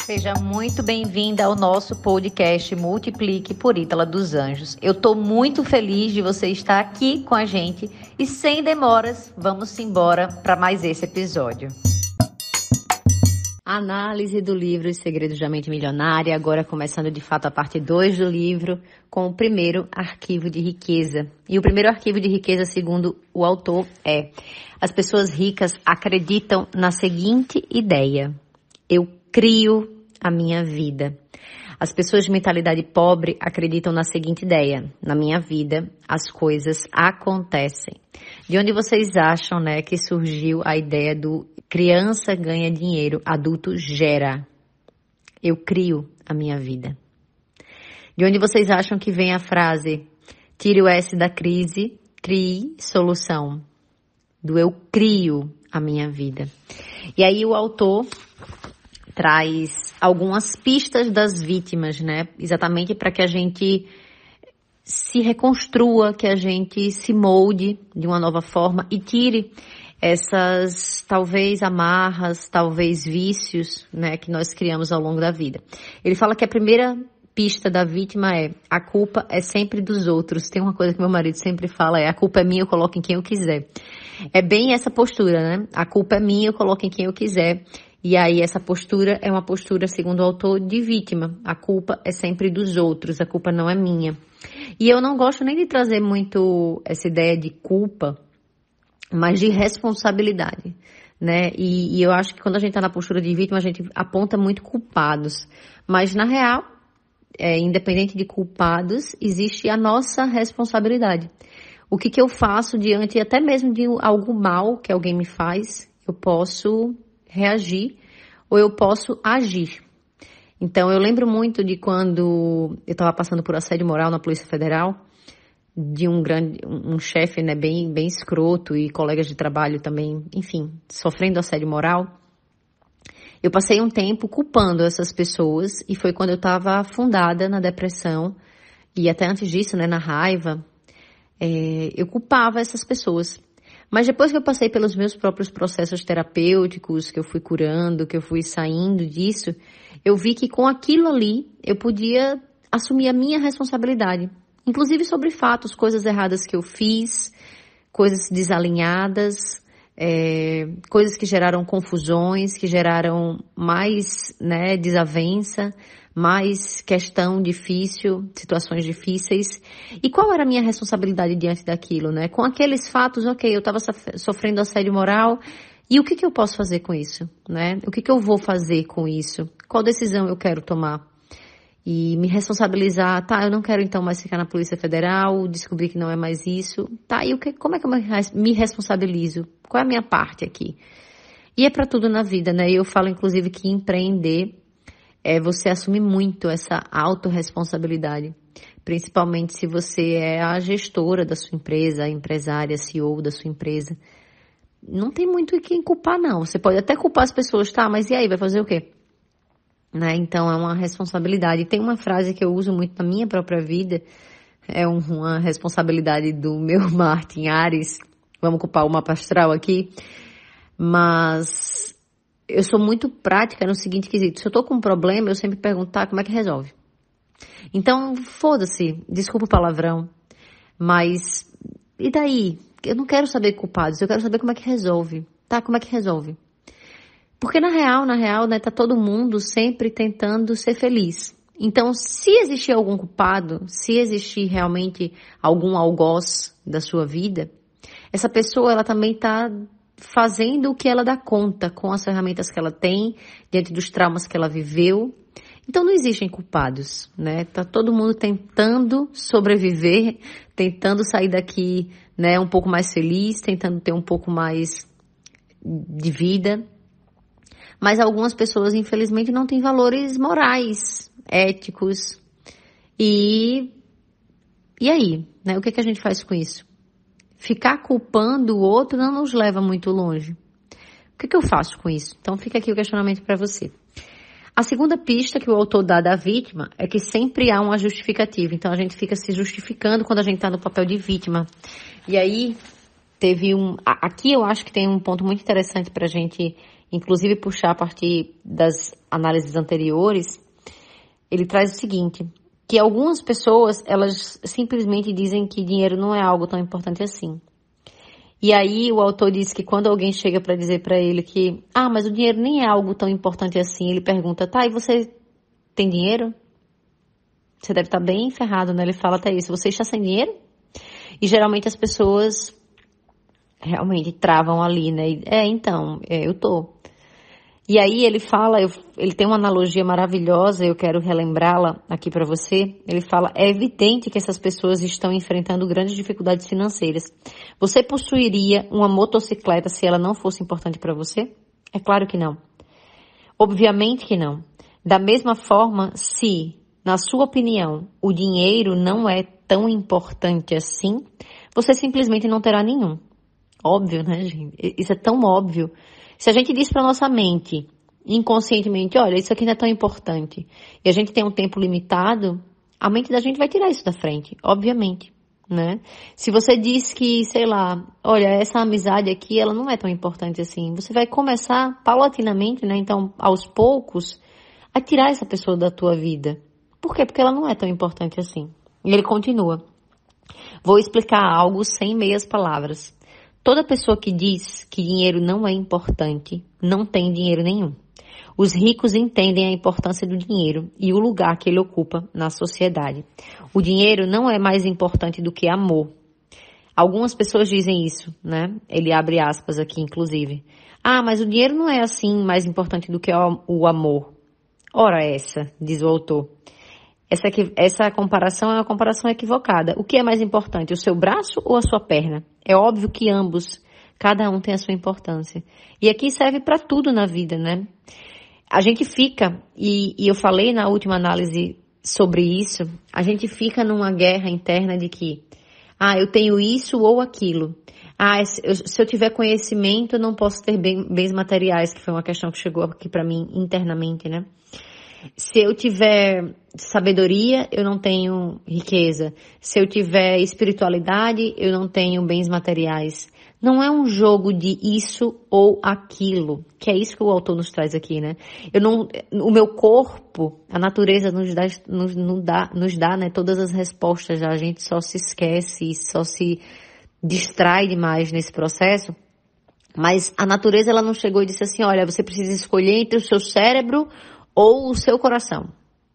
Seja muito bem-vinda ao nosso podcast Multiplique por Ítala dos Anjos. Eu estou muito feliz de você estar aqui com a gente e sem demoras, vamos embora para mais esse episódio. Análise do livro Os Segredos da Mente Milionária, agora começando de fato a parte 2 do livro, com o primeiro arquivo de riqueza. E o primeiro arquivo de riqueza, segundo o autor, é: as pessoas ricas acreditam na seguinte ideia: eu crio a minha vida. As pessoas de mentalidade pobre acreditam na seguinte ideia: na minha vida, as coisas acontecem. De onde vocês acham, que surgiu a ideia do criança ganha dinheiro, adulto gera? Eu crio a minha vida. De onde vocês acham que vem a frase: tire o S da crise, crie solução? Do eu crio a minha vida. E aí o autor traz algumas pistas das vítimas, exatamente para que a gente se reconstrua, que a gente se molde de uma nova forma e tire essas, talvez, amarras, talvez vícios, que nós criamos ao longo da vida. Ele fala que a primeira pista da vítima é: a culpa é sempre dos outros. Tem uma coisa que meu marido sempre fala, a culpa é minha, eu coloco em quem eu quiser. É bem essa postura, A culpa é minha, eu coloco em quem eu quiser. E aí essa postura é uma postura, segundo o autor, de vítima. A culpa é sempre dos outros, a culpa não é minha. E eu não gosto nem de trazer muito essa ideia de culpa, mas de responsabilidade, E eu acho que quando a gente está na postura de vítima, a gente aponta muito culpados. Mas na real, independente de culpados, existe a nossa responsabilidade. O que eu faço diante até mesmo de algo mal que alguém me faz, eu posso reagir ou eu posso agir. Então, eu lembro muito de quando eu estava passando por assédio moral na Polícia Federal, de um chefe, bem escroto, e colegas de trabalho também, enfim, sofrendo assédio moral. Eu passei um tempo culpando essas pessoas e foi quando eu estava afundada na depressão e até antes disso, na raiva, eu culpava essas pessoas. Mas depois que eu passei pelos meus próprios processos terapêuticos, que eu fui curando, que eu fui saindo disso, eu vi que com aquilo ali eu podia assumir a minha responsabilidade. Inclusive sobre fatos, coisas erradas que eu fiz, coisas desalinhadas, coisas que geraram confusões, que geraram mais desavença, mais questão difícil, situações difíceis. E qual era a minha responsabilidade diante daquilo, Com aqueles fatos, ok, eu estava sofrendo assédio moral, e o que eu posso fazer com isso, O que eu vou fazer com isso? Qual decisão eu quero tomar? E me responsabilizar, eu não quero então mais ficar na Polícia Federal, descobrir que não é mais isso, e como é que eu me responsabilizo? Qual é a minha parte aqui? E é para tudo na vida, Eu falo inclusive que empreender é você assumir muito essa autorresponsabilidade, principalmente se você é a gestora da sua empresa, a empresária, CEO da sua empresa. Não tem muito quem culpar, não. Você pode até culpar as pessoas, mas e aí, vai fazer o quê? Então é uma responsabilidade. Tem uma frase que eu uso muito na minha própria vida, é uma responsabilidade do meu Marte em Áries. Vamos culpar o mapa astral aqui, mas eu sou muito prática no seguinte quesito: se eu tô com um problema, eu sempre pergunto, como é que resolve? Então, foda-se, desculpa o palavrão, mas e daí? Eu não quero saber culpados, eu quero saber como é que resolve, Como é que resolve? Porque na real, tá todo mundo sempre tentando ser feliz. Então, se existir algum culpado, se existir realmente algum algoz da sua vida, essa pessoa, ela também tá fazendo o que ela dá conta com as ferramentas que ela tem, diante dos traumas que ela viveu. Então não existem culpados, Tá todo mundo tentando sobreviver, tentando sair daqui, um pouco mais feliz, tentando ter um pouco mais de vida. Mas algumas pessoas, infelizmente, não têm valores morais, éticos. E aí, O que a gente faz com isso? Ficar culpando o outro não nos leva muito longe. O que eu faço com isso? Então fica aqui o questionamento para você. A segunda pista que o autor dá da vítima é que sempre há uma justificativa. Então a gente fica se justificando quando a gente está no papel de vítima. E aí teve aqui eu acho que tem um ponto muito interessante para a gente inclusive puxar a partir das análises anteriores, ele traz o seguinte, que algumas pessoas, elas simplesmente dizem que dinheiro não é algo tão importante assim. E aí o autor diz que quando alguém chega para dizer para ele que, mas o dinheiro nem é algo tão importante assim, ele pergunta, tá, e você tem dinheiro? Você deve estar bem ferrado, né? Ele fala até isso, você está sem dinheiro? E geralmente as pessoas realmente travam ali, né? Eu tô. E aí ele fala, ele tem uma analogia maravilhosa, eu quero relembrá-la aqui para você. Ele fala, é evidente que essas pessoas estão enfrentando grandes dificuldades financeiras. Você possuiria uma motocicleta se ela não fosse importante para você? É claro que não. Obviamente que não. Da mesma forma, se, na sua opinião, o dinheiro não é tão importante assim, você simplesmente não terá nenhum. Óbvio, né, gente? Isso é tão óbvio. Se a gente diz para nossa mente, inconscientemente, olha, isso aqui não é tão importante, e a gente tem um tempo limitado, a mente da gente vai tirar isso da frente, obviamente, né? Se você diz que, sei lá, olha, essa amizade aqui, ela não é tão importante assim, você vai começar paulatinamente, né? Então, aos poucos, a tirar essa pessoa da tua vida. Por quê? Porque ela não é tão importante assim. E ele continua. Vou explicar algo sem meias palavras. Toda pessoa que diz que dinheiro não é importante, não tem dinheiro nenhum. Os ricos entendem a importância do dinheiro e o lugar que ele ocupa na sociedade. O dinheiro não é mais importante do que amor. Algumas pessoas dizem isso, né? Ele abre aspas aqui, inclusive. Mas o dinheiro não é assim mais importante do que o amor. Ora essa, diz o autor. Essa comparação é uma comparação equivocada. O que é mais importante, o seu braço ou a sua perna? É óbvio que ambos, cada um tem a sua importância. E aqui serve para tudo na vida, né? A gente fica, e eu falei na última análise sobre isso, a gente fica numa guerra interna de que, eu tenho isso ou aquilo. Se eu tiver conhecimento, eu não posso ter bens materiais, que foi uma questão que chegou aqui para mim internamente, né? Se eu tiver sabedoria, eu não tenho riqueza. Se eu tiver espiritualidade, eu não tenho bens materiais. Não é um jogo de isso ou aquilo, que é isso que o autor nos traz aqui, né? O meu corpo, a natureza nos dá, né, todas as respostas, já a gente só se esquece e só se distrai demais nesse processo. Mas a natureza, ela não chegou e disse assim, olha, você precisa escolher entre o seu cérebro ou o seu coração,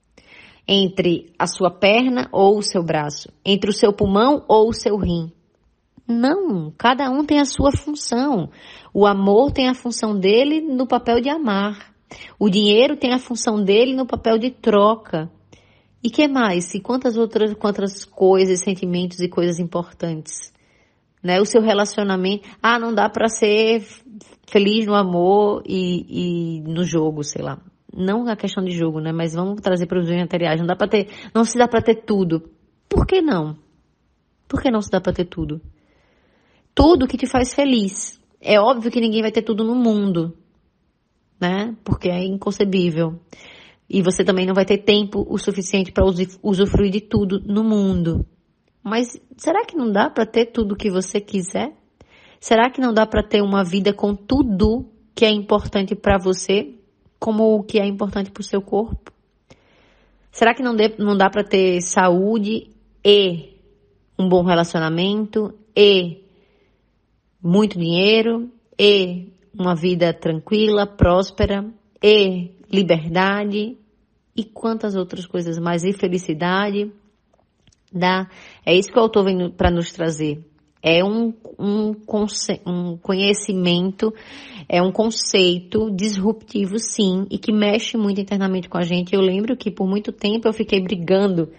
entre a sua perna ou o seu braço, entre o seu pulmão ou o seu rim. Não, cada um tem a sua função. O amor tem a função dele no papel de amar. O dinheiro tem a função dele no papel de troca. E que mais? E quantas outras coisas, sentimentos e coisas importantes, né? O seu relacionamento, não dá para ser feliz no amor e no jogo, sei lá. Não a questão de jogo, né? Mas vamos trazer para os bens materiais. Não se dá para ter tudo. Por que não? Por que não se dá para ter tudo? Tudo que te faz feliz. É óbvio que ninguém vai ter tudo no mundo, né? Porque é inconcebível. E você também não vai ter tempo o suficiente para usufruir de tudo no mundo. Mas será que não dá para ter tudo o que você quiser? Será que não dá para ter uma vida com tudo que é importante para você, como o que é importante para o seu corpo? Será que não dá para ter saúde e um bom relacionamento e muito dinheiro e uma vida tranquila, próspera e liberdade e quantas outras coisas mais, e felicidade? É isso que o autor vem para nos trazer. É um conhecimento, é um conceito disruptivo, sim, e que mexe muito internamente com a gente. Eu lembro que por muito tempo eu fiquei brigando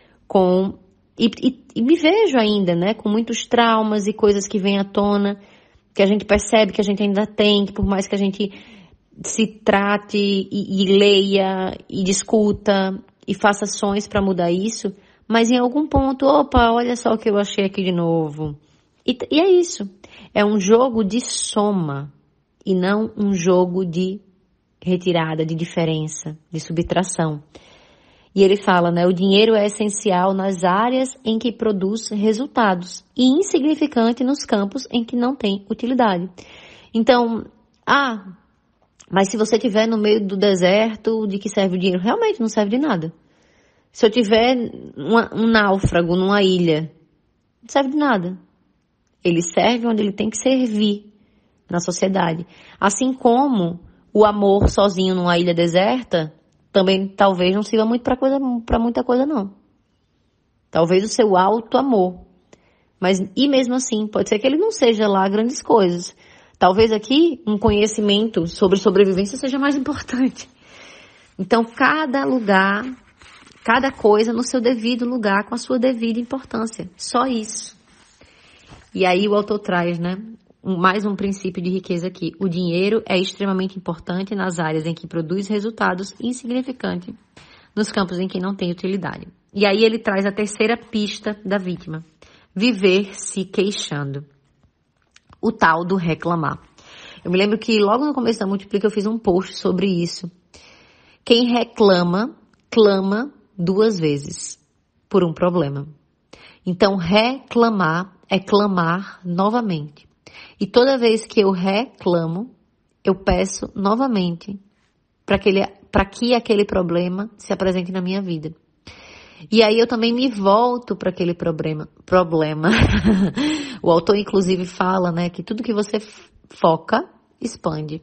e me vejo ainda, né, com muitos traumas e coisas que vêm à tona, que a gente percebe que a gente ainda tem, que por mais que a gente se trate e leia e discuta e faça ações para mudar isso, mas em algum ponto, olha só o que eu achei aqui de novo. E é isso. É um jogo de soma e não um jogo de retirada, de diferença, de subtração. E ele fala, né, o dinheiro é essencial nas áreas em que produz resultados e insignificante nos campos em que não tem utilidade. Então, Mas se você estiver no meio do deserto, de que serve o dinheiro? Realmente não serve de nada. Se eu tiver um náufrago numa ilha, não serve de nada. Ele serve onde ele tem que servir na sociedade. Assim como o amor sozinho numa ilha deserta, também talvez não sirva muito para muita coisa, não. Talvez o seu alto amor. Mas, e mesmo assim, pode ser que ele não seja lá grandes coisas. Talvez aqui um conhecimento sobre sobrevivência seja mais importante. Então, cada lugar, cada coisa no seu devido lugar, com a sua devida importância. Só isso. E aí o autor traz, né, mais um princípio de riqueza aqui. O dinheiro é extremamente importante nas áreas em que produz resultados insignificantes nos campos em que não tem utilidade. E aí ele traz a terceira pista da vítima. Viver se queixando. O tal do reclamar. Eu me lembro que logo no começo da Multiplica eu fiz um post sobre isso. Quem reclama, clama 2 vezes por um problema. Então reclamar é clamar novamente. E toda vez que eu reclamo, eu peço novamente para que aquele problema se apresente na minha vida. E aí eu também me volto para aquele problema. O autor, inclusive, fala, né, que tudo que você foca, expande.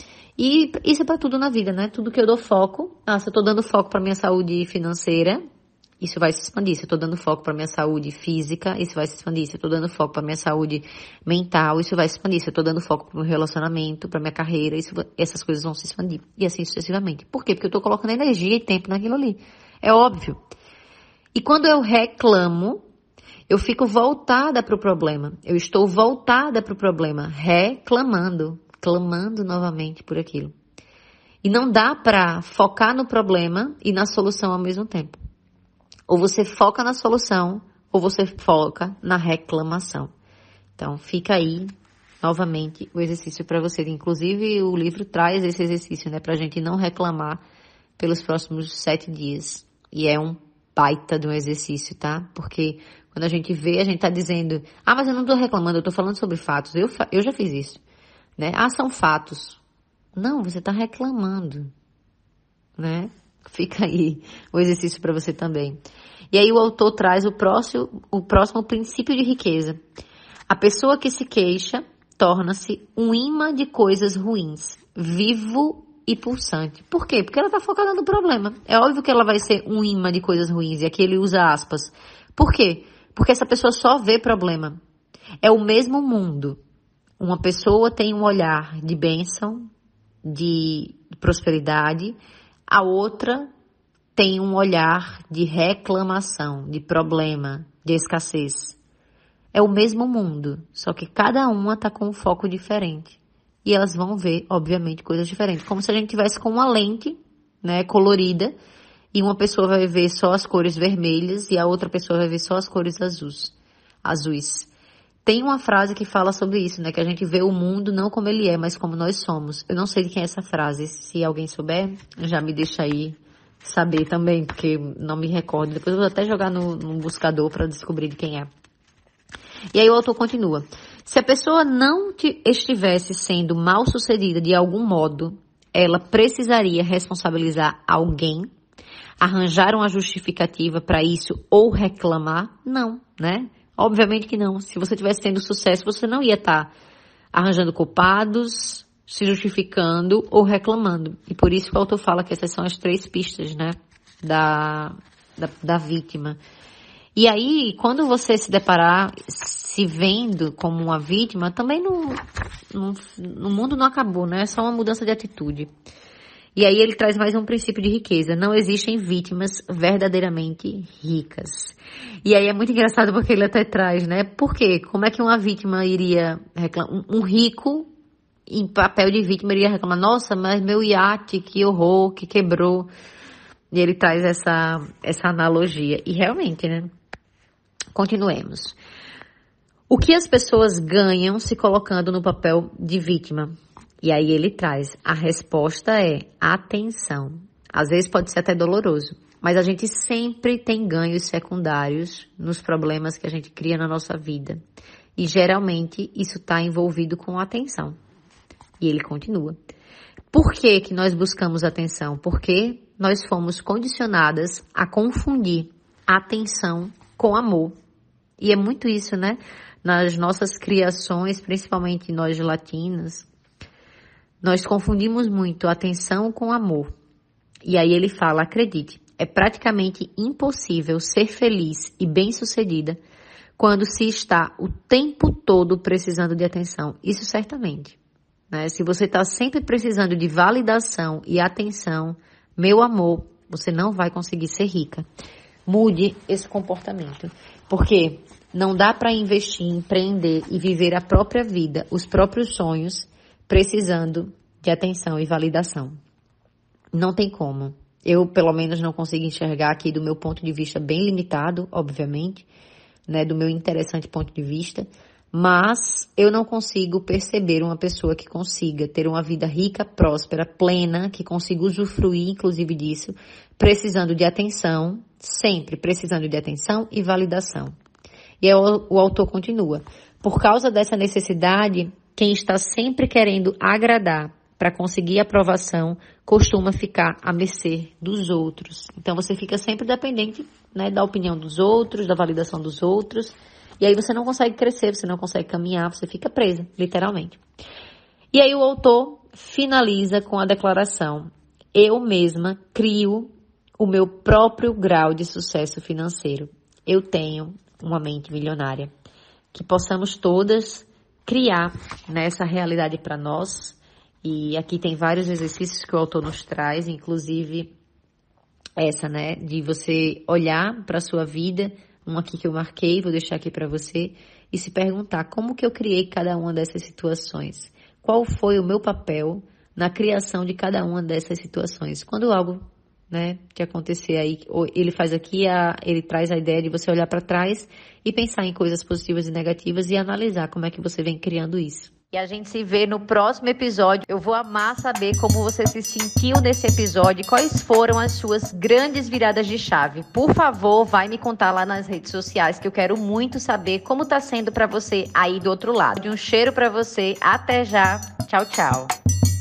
E isso é para tudo na vida, né? Tudo que eu dou foco, se eu estou dando foco para minha saúde financeira, isso vai se expandir. Se eu estou dando foco para minha saúde física, isso vai se expandir. Se eu estou dando foco para minha saúde mental, isso vai se expandir. Se eu estou dando foco para o meu relacionamento, para minha carreira, essas coisas vão se expandir. E assim sucessivamente. Por quê? Porque eu estou colocando energia e tempo naquilo ali. É óbvio. E quando eu reclamo, eu fico voltada para o problema. Eu estou voltada para o problema, reclamando, clamando novamente por aquilo. E não dá para focar no problema e na solução ao mesmo tempo. Ou você foca na solução, ou você foca na reclamação. Então, fica aí, novamente, o exercício para você. Inclusive, o livro traz esse exercício, né? Para a gente não reclamar pelos próximos 7 dias. E é um baita de um exercício, tá? Porque quando a gente vê, a gente tá dizendo, mas eu não tô reclamando, eu tô falando sobre fatos. Eu já fiz isso, né? São fatos. Não, você tá reclamando, né? Fica aí o exercício para você também. E aí o autor traz o próximo princípio de riqueza. A pessoa que se queixa torna-se um imã de coisas ruins, vivo e pulsante. Por quê? Porque ela está focada no problema. É óbvio que ela vai ser um imã de coisas ruins, e aqui ele usa aspas. Por quê? Porque essa pessoa só vê problema. É o mesmo mundo. Uma pessoa tem um olhar de bênção, de prosperidade, a outra tem um olhar de reclamação, de problema, de escassez. É o mesmo mundo, só que cada uma está com um foco diferente. E elas vão ver, obviamente, coisas diferentes. Como se a gente tivesse com uma lente, né, colorida, e uma pessoa vai ver só as cores vermelhas e a outra pessoa vai ver só as cores azuis. Tem uma frase que fala sobre isso, né, que a gente vê o mundo não como ele é, mas como nós somos. Eu não sei de quem é essa frase. Se alguém souber, já me deixa aí saber também, porque não me recordo. Depois eu vou até jogar no buscador para descobrir de quem é. E aí o autor continua. Se a pessoa não estivesse sendo mal sucedida de algum modo, ela precisaria responsabilizar alguém, arranjar uma justificativa para isso ou reclamar? Não, né? Obviamente que não. Se você estivesse tendo sucesso, você não ia estar arranjando culpados, se justificando ou reclamando. E por isso que o autor fala que essas são as 3 pistas, né, da vítima. E aí, quando você se deparar se vendo como uma vítima, também no mundo não acabou, né? É só uma mudança de atitude. E aí ele traz mais um princípio de riqueza. Não existem vítimas verdadeiramente ricas. E aí é muito engraçado porque ele até traz, né? Por quê? Como é que uma vítima iria reclamar? Um rico, em papel de vítima, iria reclamar, nossa, mas meu iate, que horror, que quebrou. E ele traz essa analogia. E realmente, né? Continuemos. O que as pessoas ganham se colocando no papel de vítima? E aí ele traz, a resposta é atenção. Às vezes pode ser até doloroso, mas a gente sempre tem ganhos secundários nos problemas que a gente cria na nossa vida. E geralmente isso está envolvido com atenção. E ele continua. Por que que nós buscamos atenção? Porque nós fomos condicionadas a confundir atenção com amor. E é muito isso, né? Nas nossas criações, principalmente nós latinas, nós confundimos muito atenção com amor. E aí ele fala, acredite, é praticamente impossível ser feliz e bem-sucedida quando se está o tempo todo precisando de atenção. Isso certamente. Né? Se você está sempre precisando de validação e atenção, meu amor, você não vai conseguir ser rica. Mude esse comportamento. Porque não dá para investir, empreender e viver a própria vida, os próprios sonhos, precisando de atenção e validação. Não tem como. Eu, pelo menos, não consigo enxergar aqui do meu ponto de vista bem limitado, obviamente, né, do meu interessante ponto de vista, mas eu não consigo perceber uma pessoa que consiga ter uma vida rica, próspera, plena, que consiga usufruir, inclusive, disso, precisando de atenção, sempre precisando de atenção e validação. E aí o autor continua. Por causa dessa necessidade, quem está sempre querendo agradar para conseguir aprovação costuma ficar à mercê dos outros. Então você fica sempre dependente, né, da opinião dos outros, da validação dos outros. E aí você não consegue crescer, você não consegue caminhar, você fica presa, literalmente. E aí o autor finaliza com a declaração: eu mesma crio o meu próprio grau de sucesso financeiro. Eu tenho uma mente milionária. Que possamos todas criar nessa realidade para nós. E aqui tem vários exercícios que o autor nos traz, inclusive essa, né, de você olhar para a sua vida, um aqui que eu marquei, vou deixar aqui para você, e se perguntar como que eu criei cada uma dessas situações. Qual foi o meu papel na criação de cada uma dessas situações? Quando algo, né, que acontecer aí, ele faz aqui, ele traz a ideia de você olhar para trás e pensar em coisas positivas e negativas e analisar como é que você vem criando isso. E a gente se vê no próximo episódio. Eu vou amar saber como você se sentiu nesse episódio e quais foram as suas grandes viradas de chave. Por favor, vai me contar lá nas redes sociais que eu quero muito saber como tá sendo para você aí do outro lado. Um cheiro para você. Até já. Tchau, tchau.